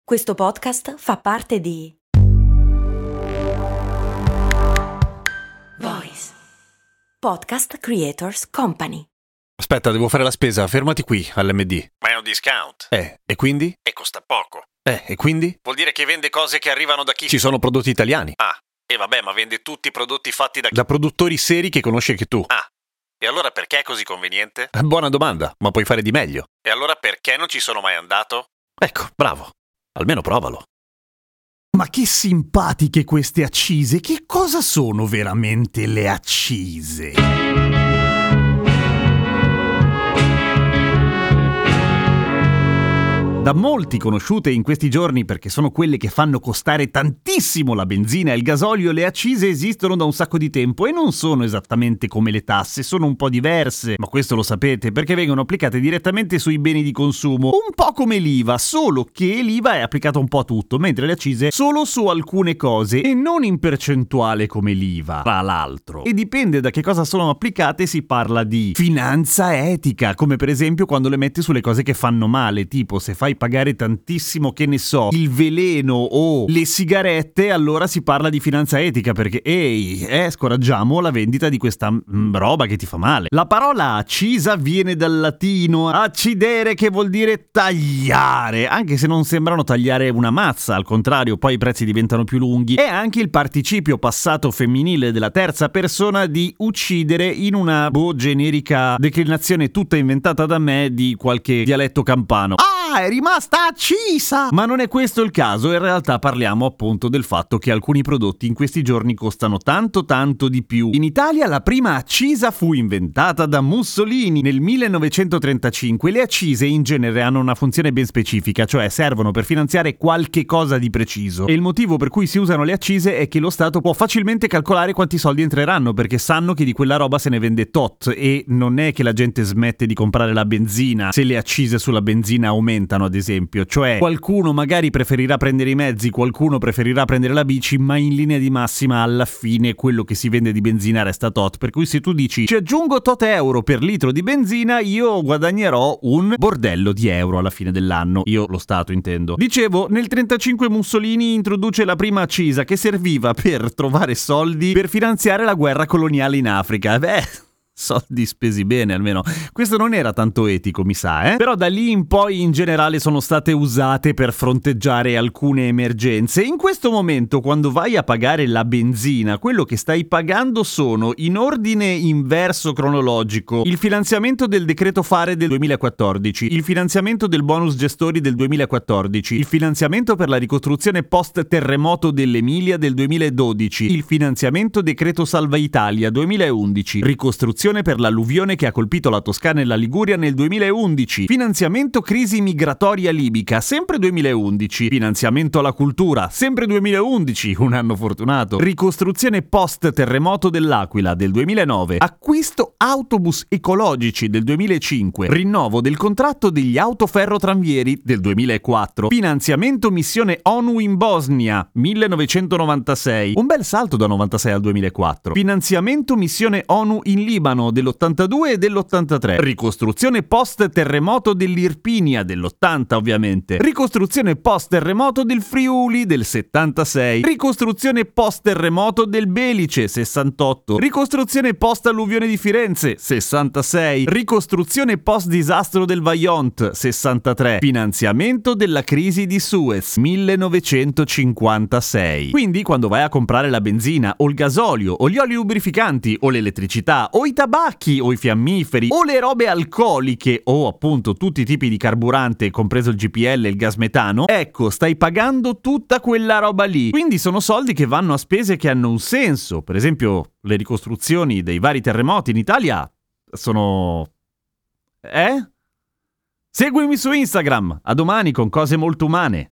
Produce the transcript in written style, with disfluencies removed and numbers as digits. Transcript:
Questo podcast fa parte di Voice Podcast Creators Company. Aspetta, devo fare la spesa, fermati qui all'MD. Ma è un discount. E quindi? E costa poco. E quindi? Vuol dire che vende cose che arrivano da chi? Ci sono prodotti italiani. Ah, e vabbè, ma vende tutti i prodotti fatti da chi? Da produttori seri che conosci anche tu. Ah, e allora perché è così conveniente? Buona domanda, ma puoi fare di meglio. E allora perché non ci sono mai andato? Ecco, bravo. Almeno provalo. Ma che simpatiche queste accise! Che cosa sono veramente le accise? Da molti conosciute in questi giorni perché sono quelle che fanno costare tantissimo la benzina e il gasolio, le accise esistono da un sacco di tempo e non sono esattamente come le tasse, sono un po' diverse, ma questo lo sapete perché vengono applicate direttamente sui beni di consumo, un po' come l'IVA, solo che l'IVA è applicata un po' a tutto, mentre le accise solo su alcune cose e non in percentuale come l'IVA, tra l'altro. E dipende da che cosa sono applicate, si parla di finanza etica, come per esempio quando le metti sulle cose che fanno male, tipo se fai pagare tantissimo, che ne so, il veleno o le sigarette, allora si parla di finanza etica perché scoraggiamo la vendita di questa roba che ti fa male. La parola accisa viene dal latino accidere, che vuol dire tagliare, anche se non sembrano tagliare una mazza, al contrario, poi i prezzi diventano più lunghi. È anche il participio passato femminile della terza persona di uccidere in una generica declinazione tutta inventata da me di qualche dialetto campano. È rimasta accisa! Ma non è questo il caso, in realtà parliamo appunto del fatto che alcuni prodotti in questi giorni costano tanto di più. In Italia la prima accisa fu inventata da Mussolini nel 1935. Le accise in genere hanno una funzione ben specifica, cioè servono per finanziare qualche cosa di preciso. E il motivo per cui si usano le accise è che lo Stato può facilmente calcolare quanti soldi entreranno, perché sanno che di quella roba se ne vende tot, e non è che la gente smette di comprare la benzina se le accise sulla benzina aumentano, ad esempio, cioè qualcuno magari preferirà prendere i mezzi, qualcuno preferirà prendere la bici, ma in linea di massima alla fine quello che si vende di benzina resta tot, per cui se tu dici ci aggiungo tot euro per litro di benzina, io guadagnerò un bordello di euro alla fine dell'anno, io lo Stato intendo. Dicevo, nel 1935 Mussolini introduce la prima accisa che serviva per trovare soldi per finanziare la guerra coloniale in Africa. Soldi spesi bene almeno. Questo non era tanto etico, mi sa, Però da lì in poi in generale sono state usate per fronteggiare alcune emergenze. In questo momento, quando vai a pagare la benzina, quello che stai pagando sono, in ordine inverso cronologico, il finanziamento del decreto fare del 2014, il finanziamento del bonus gestori del 2014, il finanziamento per la ricostruzione post terremoto dell'Emilia del 2012, il finanziamento decreto salva Italia 2011, ricostruzione per l'alluvione che ha colpito la Toscana e la Liguria nel 2011, finanziamento crisi migratoria libica, sempre 2011, finanziamento alla cultura, sempre 2011, un anno fortunato, ricostruzione post terremoto dell'Aquila del 2009, acquisto autobus ecologici del 2005, rinnovo del contratto degli autoferrotranvieri del 2004, finanziamento missione ONU in Bosnia 1996, un bel salto da 96 al 2004, finanziamento missione ONU in Libano dell'82 e dell'83, ricostruzione post terremoto dell'Irpinia dell'80 ovviamente, ricostruzione post terremoto del Friuli del 76, ricostruzione post terremoto del Belice 68, ricostruzione post alluvione di Firenze 66, ricostruzione post disastro del Vajont 63, finanziamento della crisi di Suez 1956. Quindi quando vai a comprare la benzina o il gasolio o gli oli lubrificanti o l'elettricità o i tabacchi o i fiammiferi o le robe alcoliche o appunto tutti i tipi di carburante, compreso il GPL e il gas metano, ecco, stai pagando tutta quella roba lì. Quindi sono soldi che vanno a spese che hanno un senso. Per esempio, le ricostruzioni dei vari terremoti in Italia sono... Seguimi su Instagram, a domani con cose molto umane.